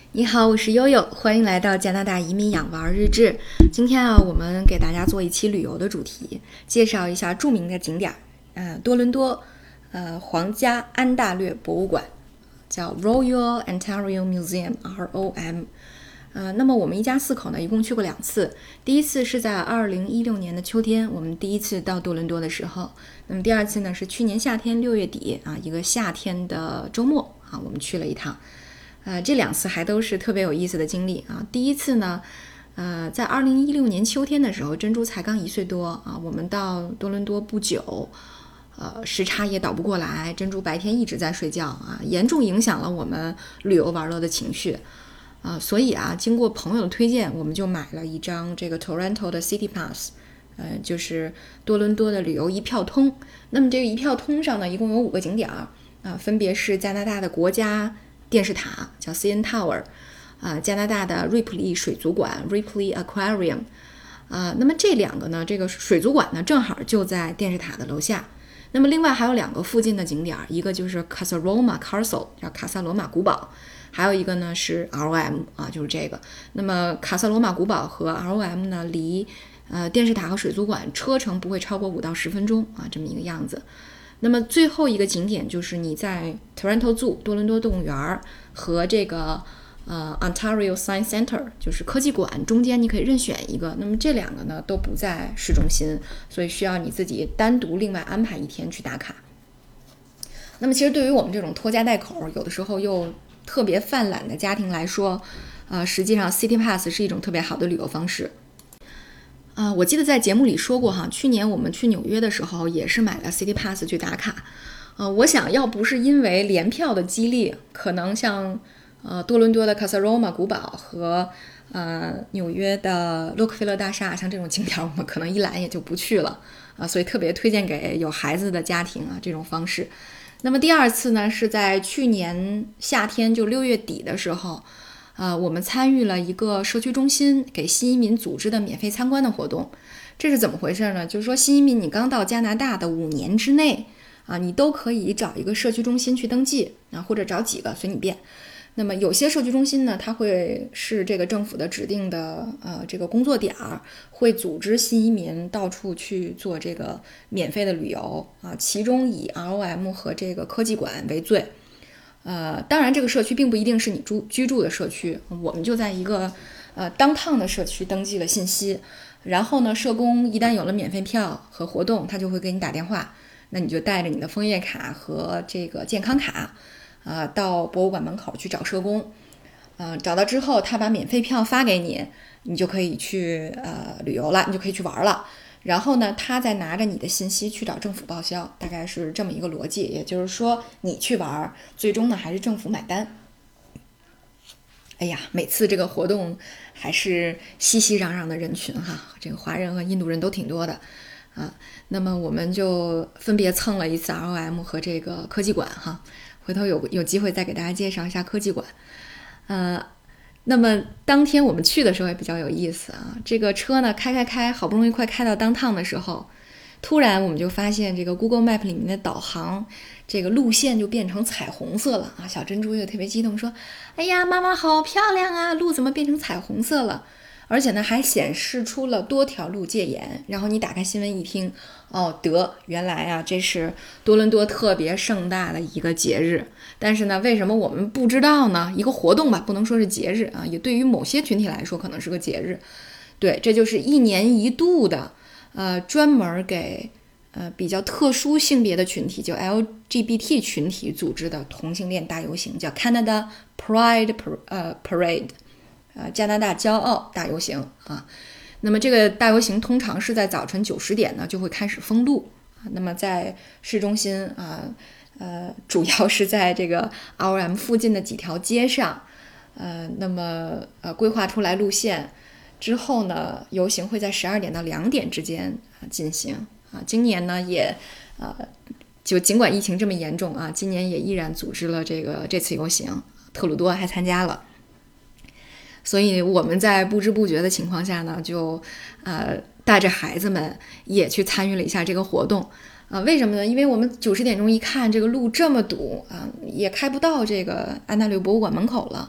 你好，我是悠悠，欢迎来到加拿大移民养娃日志。今天我们给大家做一期旅游的主题，介绍一下著名的景点，多伦多，皇家安大略博物馆，叫 Royal Ontario Museum (ROM)。那么我们一家四口呢，一共去过2次。第一次是在2016年的秋天，我们第一次到多伦多的时候。那么第二次呢，是去年夏天6月底一个夏天的周末我们去了一趟。这2次还都是特别有意思的经历第一次呢，在2016年秋天的时候，珍珠才刚1岁多我们到多伦多不久，时差也倒不过来，珍珠白天一直在睡觉严重影响了我们旅游玩乐的情绪所以经过朋友的推荐，我们就买了一张这个 Toronto 的 City Pass，就是多伦多的旅游一票通。那么这个一票通上呢，一共有5个景点分别是加拿大的国家电视塔叫 CN Tower， 加拿大的瑞普利水族馆 Ripley Aquarium， 那么这2个呢，这个水族馆呢正好就在电视塔的楼下。那么另外还有2个附近的景点，一个就是 Casa Loma Castle 叫卡萨罗马古堡，还有一个呢是 ROM 就是这个。那么卡萨罗马古堡和 ROM 呢，离电视塔和水族馆车程不会超过5到10分钟这么一个样子。那么最后一个景点就是你在 Toronto Zoo 多伦多动物园和这个Ontario Science Centre 就是科技馆中间，你可以任选一个。那么这2个呢都不在市中心，所以需要你自己单独另外安排一天去打卡。那么其实对于我们这种拖家带口，有的时候又特别犯懒的家庭来说，实际上 City Pass 是一种特别好的旅游方式。我记得在节目里说过去年我们去纽约的时候也是买了 City Pass 去打卡。我想要不是因为联票的激励，可能像多伦多的 Casa Loma 古堡和纽约的洛克菲勒大厦，像这种景点我们可能一来也就不去了所以特别推荐给有孩子的家庭这种方式。那么第2次呢，是在去年夏天就6月底的时候，我们参与了一个社区中心给新移民组织的免费参观的活动。这是怎么回事呢？就是说新移民你刚到加拿大的5年之内你都可以找一个社区中心去登记或者找几个随你便。那么有些社区中心呢，它会是这个政府的指定的这个工作点会组织新移民到处去做这个免费的旅游其中以 ROM 和这个科技馆为最。当然这个社区并不一定是你居住的社区，我们就在一个downtown 的社区登记了信息，然后呢社工一旦有了免费票和活动，他就会给你打电话，那你就带着你的枫叶卡和这个健康卡到博物馆门口去找社工，找到之后他把免费票发给你，你就可以去旅游了，你就可以去玩了。然后呢他再拿着你的信息去找政府报销，大概是这么一个逻辑。也就是说你去玩，最终呢还是政府买单。哎呀，每次这个活动还是熙熙攘攘的人群这个华人和印度人都挺多的那么我们就分别蹭了一次 ROM 和这个科技馆回头有机会再给大家介绍一下科技馆。那么当天我们去的时候也比较有意思这个车呢开好不容易快开到downtown的时候，突然我们就发现这个 Google Map 里面的导航这个路线就变成彩虹色了小珍珠又特别激动说，哎呀妈妈好漂亮路怎么变成彩虹色了，而且呢还显示出了多条路戒严。然后你打开新闻一听，原来这是多伦多特别盛大的一个节日。但是呢为什么我们不知道呢？一个活动吧，不能说是节日也对于某些群体来说可能是个节日。对，这就是1年1度的专门给比较特殊性别的群体，就 LGBT 群体组织的同性恋大游行，叫 Canada Pride Parade，加拿大骄傲大游行那么这个大游行通常是在早晨9、10点呢就会开始封路那么在市中心主要是在这个 ROM 附近的几条街上那么规划出来路线之后呢，游行会在12点到2点之间进行今年呢也就尽管疫情这么严重今年也依然组织了这次游行，特鲁多还参加了。所以我们在不知不觉的情况下呢，就带着孩子们也去参与了一下这个活动为什么呢？因为我们9、10点钟一看这个路这么堵也开不到这个安大略博物馆门口了，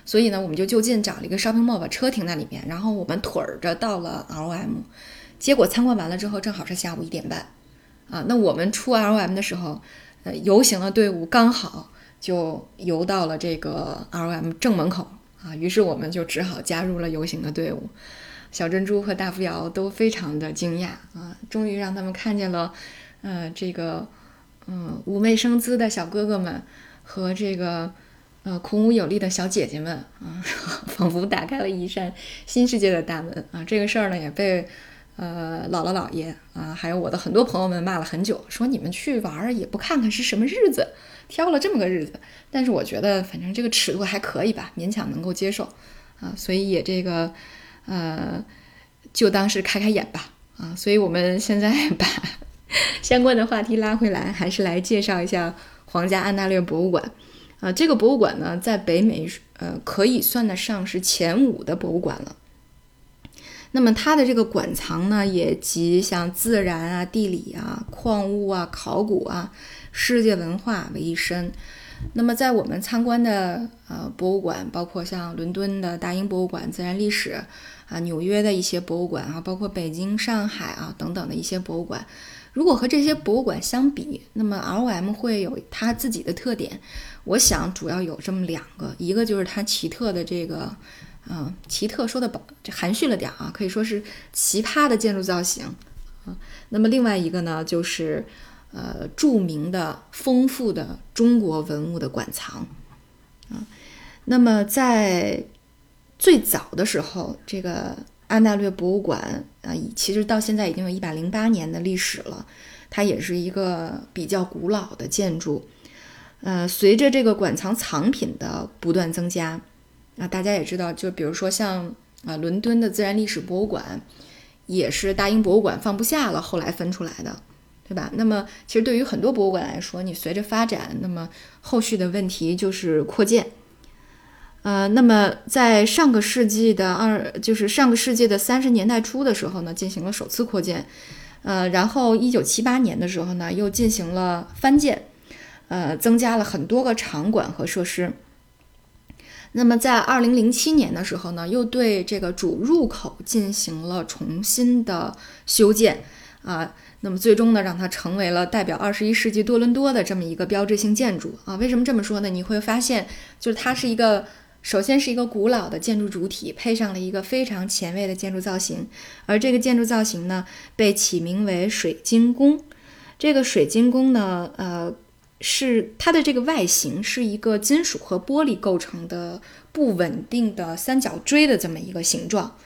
所以呢，我们就近找了一个 shopping mall， 把车停在里面，然后我们腿着到了 ROM。结果参观完了之后，正好是下午1点半啊。那我们出 ROM 的时候，游行的队伍刚好就游到了这个 ROM 正门口啊，于是我们就只好加入了游行的队伍。小珍珠和大扶摇都非常的惊讶啊，终于让他们看见了，这个妩媚生姿的小哥哥们和这个孔武有力的小姐姐们啊，仿佛打开了一扇新世界的大门啊。这个事儿呢也被姥姥姥爷啊，还有我的很多朋友们骂了很久，说你们去玩也不看看是什么日子，挑了这么个日子。但是我觉得反正这个尺度还可以吧，勉强能够接受啊，所以也这个就当是开眼吧啊。所以我们现在把相关的话题拉回来，还是来介绍一下皇家安大略博物馆啊。这个博物馆呢，在北美可以算得上是前5的博物馆了。那么它的这个馆藏呢，也集像自然啊、地理啊、矿物啊、考古啊、世界文化为一身。那么在我们参观的博物馆，包括像伦敦的大英博物馆自然历史啊，纽约的一些博物馆啊，包括北京、上海啊等等的一些博物馆，如果和这些博物馆相比，那么 ROM 会有它自己的特点。我想主要有这么2个，一个就是它奇特的这个奇特说的这含蓄了点啊，可以说是奇葩的建筑造型啊。那么另外一个呢，就是著名的丰富的中国文物的馆藏啊。那么在最早的时候，这个安大略博物馆其实到现在已经有108年的历史了，它也是一个比较古老的建筑。随着这个馆藏藏品的不断增加大家也知道，就比如说像伦敦的自然历史博物馆，也是大英博物馆放不下了，后来分出来的，对吧？那么其实对于很多博物馆来说，你随着发展，那么后续的问题就是扩建。那么在上个世纪的30年代初的时候呢，进行了首次扩建，然后1978年的时候呢，又进行了翻建，增加了很多个场馆和设施。那么在2007年的时候呢，又对这个主入口进行了重新的修建那么最终呢，让它成为了代表21世纪多伦多的这么一个标志性建筑为什么这么说呢？你会发现，就是它是首先是一个古老的建筑主体，配上了一个非常前卫的建筑造型，而这个建筑造型呢，被起名为水晶宫。这个水晶宫呢，是它的这个外形是一个金属和玻璃构成的不稳定的三角锥的这么一个形状。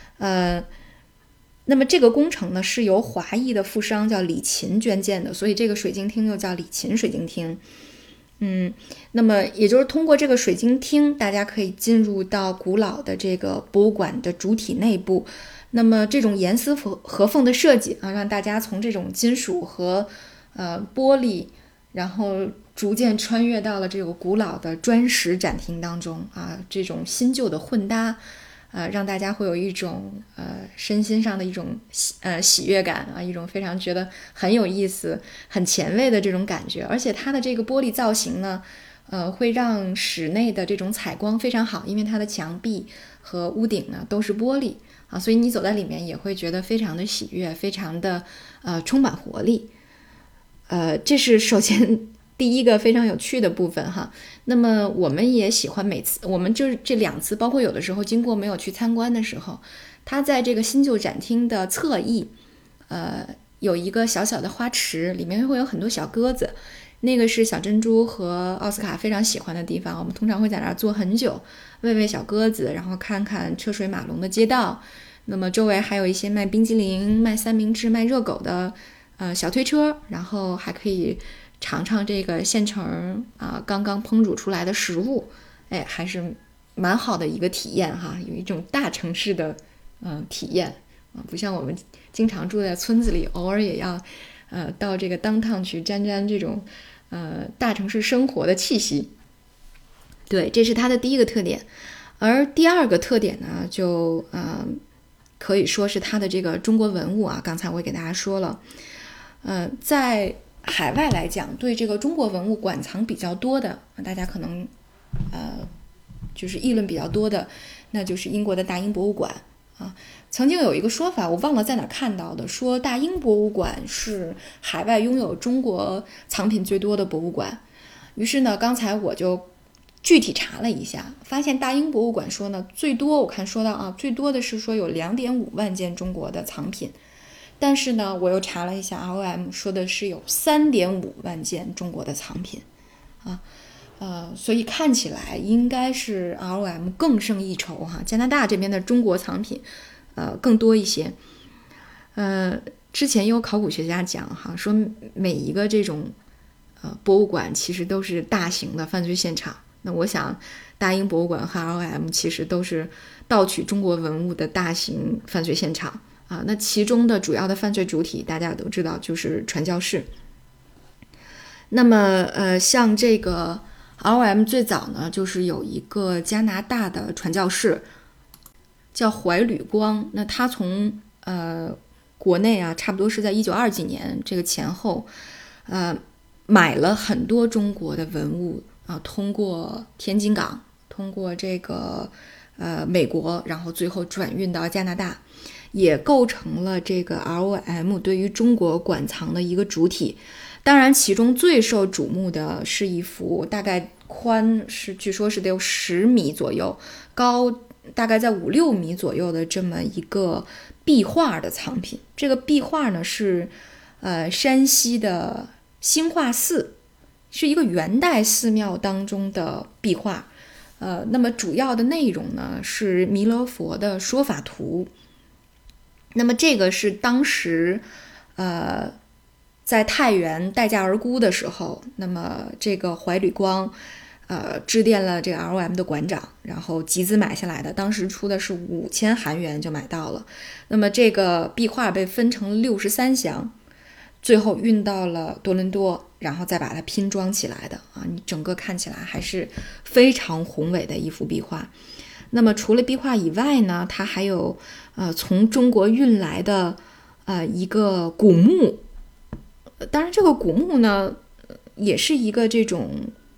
那么这个工程呢，是由华裔的富商叫李琴捐建的，所以这个水晶厅又叫李琴水晶厅。那么也就是通过这个水晶厅，大家可以进入到古老的这个博物馆的主体内部。那么这种严丝合缝的设计让大家从这种金属和玻璃，然后逐渐穿越到了这个古老的砖石展厅当中这种新旧的混搭让大家会有一种身心上的一种喜悦感一种非常觉得很有意思、很前卫的这种感觉。而且它的这个玻璃造型呢，会让室内的这种采光非常好，因为它的墙壁和屋顶呢都是玻璃所以你走在里面也会觉得非常的喜悦，非常的充满活力。这是首先第一个非常有趣的部分那么我们也喜欢每次我们就是这2次，包括有的时候经过没有去参观的时候，它在这个新旧展厅的侧翼有一个小小的花池，里面会有很多小鸽子，那个是小珍珠和奥斯卡非常喜欢的地方。我们通常会在那儿坐很久，喂喂小鸽子，然后看看车水马龙的街道。那么周围还有一些卖冰激凌、卖三明治、卖热狗的小推车，然后还可以尝尝这个现成刚刚烹煮出来的食物，还是蛮好的一个体验有一种大城市的体验不像我们经常住在村子里，偶尔也要到这个downtown去沾沾这种大城市生活的气息。对，这是它的第一个特点。而第二个特点呢，就可以说是它的这个中国文物刚才我也给大家说了，在海外来讲，对这个中国文物馆藏比较多的，大家可能就是议论比较多的，那就是英国的大英博物馆啊。曾经有一个说法，我忘了在哪看到的，说大英博物馆是海外拥有中国藏品最多的博物馆。于是呢，刚才我就具体查了一下，发现大英博物馆说呢，最多我看说到啊，最多的是说有2.5万件中国的藏品。但是呢，我又查了一下 ROM 说的是有3.5万件中国的藏品啊。所以看起来应该是 ROM 更胜一筹哈，加拿大这边的中国藏品更多一些。之前有考古学家讲哈，说每一个这种博物馆其实都是大型的犯罪现场。那我想大英博物馆和 ROM 其实都是盗取中国文物的大型犯罪现场啊。那其中的主要的犯罪主体大家都知道就是传教士。那么像这个ROM 最早呢，就是有一个加拿大的传教士叫怀吕光，那他从国内啊，差不多是在1920几年这个前后，买了很多中国的文物啊，通过天津港，通过这个美国，然后最后转运到加拿大，也构成了这个 ROM 对于中国馆藏的一个主体。当然其中最受瞩目的是一幅大概宽是据说是得有10米左右，高大概在5-6米左右的这么一个壁画的藏品。这个壁画呢是山西的兴化寺，是一个元代寺庙当中的壁画。那么主要的内容呢是弥勒佛的说法图。那么这个是当时在太原待价而沽的时候，那么这个怀吕光致电了这个 ROM 的馆长，然后集资买下来的，当时出的是5000韩元就买到了。那么这个壁画被分成63箱，最后运到了多伦多，然后再把它拼装起来的啊。你整个看起来还是非常宏伟的一幅壁画。那么除了壁画以外呢，它还有从中国运来的一个古墓。当然这个古墓呢也是一个这种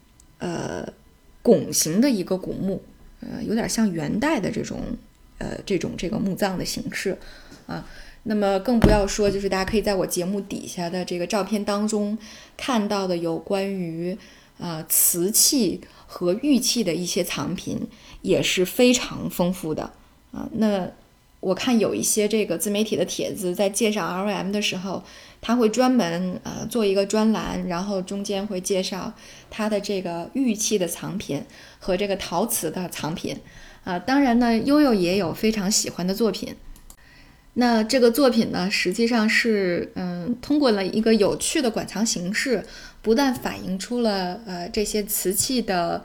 拱形的一个古墓，有点像元代的这个墓葬的形式啊。那么更不要说就是大家可以在我节目底下的这个照片当中看到的有关于瓷器和玉器的一些藏品也是非常丰富的啊。那我看有一些这个自媒体的帖子在介绍 ROM 的时候，他会专门做一个专栏，然后中间会介绍他的这个玉器的藏品和这个陶瓷的藏品当然呢，悠悠也有非常喜欢的作品。那这个作品呢，实际上是通过了一个有趣的馆藏形式，不但反映出了这些瓷器的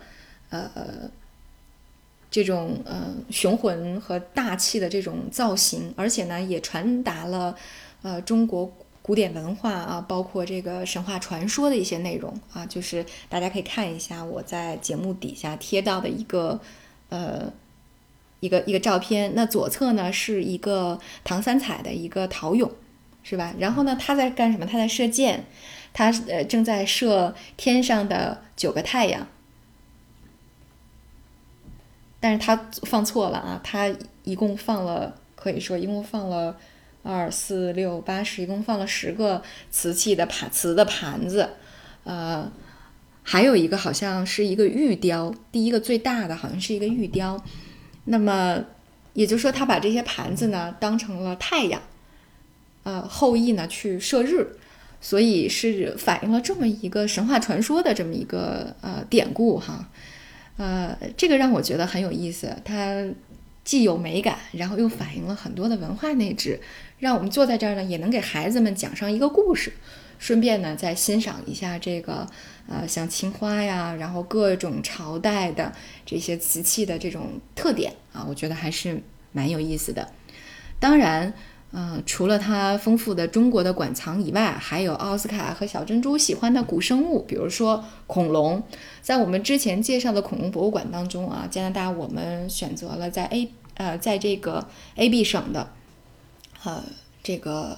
这种雄浑和大气的这种造型，而且呢也传达了中国古典文化啊，包括这个神话传说的一些内容啊。就是大家可以看一下我在节目底下贴到的一个照片。那左侧呢是一个唐三彩的一个陶俑，是吧？然后呢他在干什么？他在射箭，他正在射天上的9个太阳。但是他放错了啊，他一共放了2、4、6、8、10，一共放了10个瓷的盘子，还有一个好像是一个玉雕，第一个最大的好像是一个玉雕。那么也就是说他把这些盘子呢当成了太阳，后羿呢去射日，所以是反映了这么一个神话传说的这么一个典故哈。这个让我觉得很有意思，它既有美感，然后又反映了很多的文化内质，让我们坐在这儿呢也能给孩子们讲上一个故事，顺便呢再欣赏一下这个像青花呀，然后各种朝代的这些瓷器的这种特点啊，我觉得还是蛮有意思的。当然除了它丰富的中国的馆藏以外，还有奥斯卡和小珍珠喜欢的古生物，比如说恐龙。在我们之前介绍的恐龙博物馆当中啊，加拿大我们选择了在这个 AB 省的这个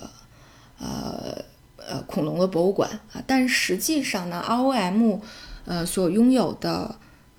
恐龙的博物馆啊。但实际上呢 ROM 所拥有的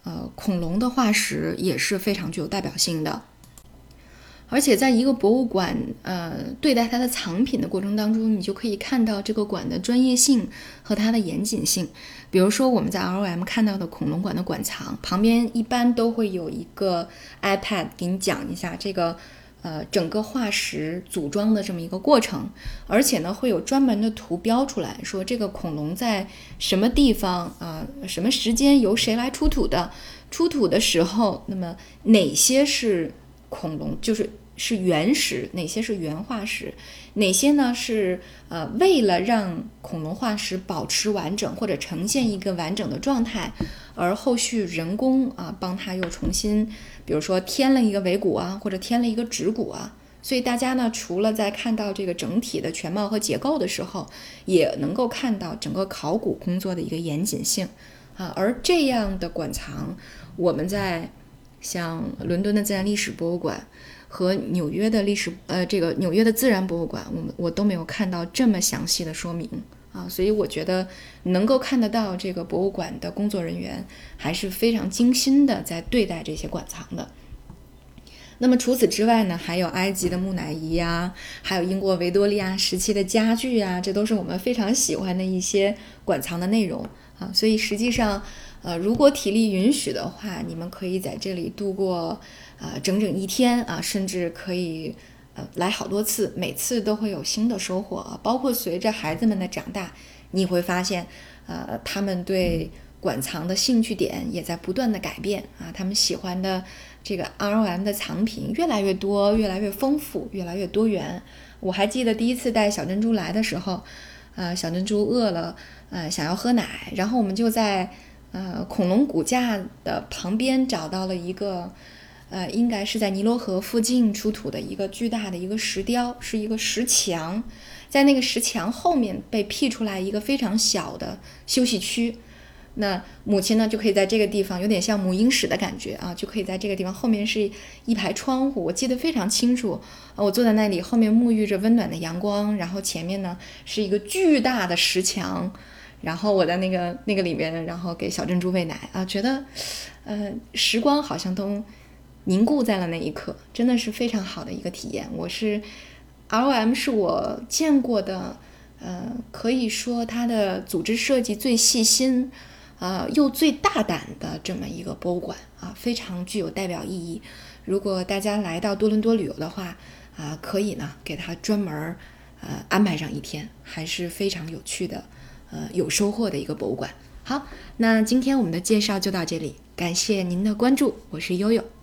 恐龙的化石也是非常具有代表性的。而且在一个博物馆对待它的藏品的过程当中，你就可以看到这个馆的专业性和它的严谨性。比如说我们在 ROM 看到的恐龙馆的馆藏旁边一般都会有一个 iPad 给你讲一下这个整个化石组装的这么一个过程，而且呢会有专门的图标出来说这个恐龙在什么地方什么时间由谁来出土的，出土的时候那么哪些是恐龙就是原石，哪些是原化石，哪些呢是为了让恐龙化石保持完整或者呈现一个完整的状态，而后续人工帮它又重新比如说添了一个尾骨或者添了一个指骨所以大家呢除了在看到这个整体的全貌和结构的时候，也能够看到整个考古工作的一个严谨性而这样的馆藏我们在像伦敦的自然历史博物馆和纽约的纽约的自然博物馆，我都没有看到这么详细的说明所以我觉得能够看得到这个博物馆的工作人员还是非常精心的在对待这些馆藏的。那么除此之外呢，还有埃及的木乃伊还有英国维多利亚时期的家具这都是我们非常喜欢的一些馆藏的内容所以实际上如果体力允许的话，你们可以在这里度过整整一天甚至可以来好多次，每次都会有新的收获包括随着孩子们的长大，你会发现他们对馆藏的兴趣点也在不断的改变他们喜欢的这个 ROM 的藏品越来越多，越来越丰富，越来越多元。我还记得第一次带小珍珠来的时候小珍珠饿了想要喝奶，然后我们就在恐龙骨架的旁边找到了一个应该是在尼罗河附近出土的一个巨大的一个石雕，是一个石墙，在那个石墙后面被辟出来一个非常小的休息区，那母亲呢就可以在这个地方有点像母婴室的感觉就可以在这个地方，后面是一排窗户，我记得非常清楚我坐在那里，后面沐浴着温暖的阳光，然后前面呢是一个巨大的石墙，然后我在那个里面，然后给小珍珠喂奶觉得时光好像都凝固在了那一刻，真的是非常好的一个体验。ROM 是我见过的可以说它的组织设计最细心又最大胆的这么一个博物馆非常具有代表意义。如果大家来到多伦多旅游的话可以呢给它专门安排上一天，还是非常有趣的有收获的一个博物馆。好，那今天我们的介绍就到这里，感谢您的关注，我是悠悠。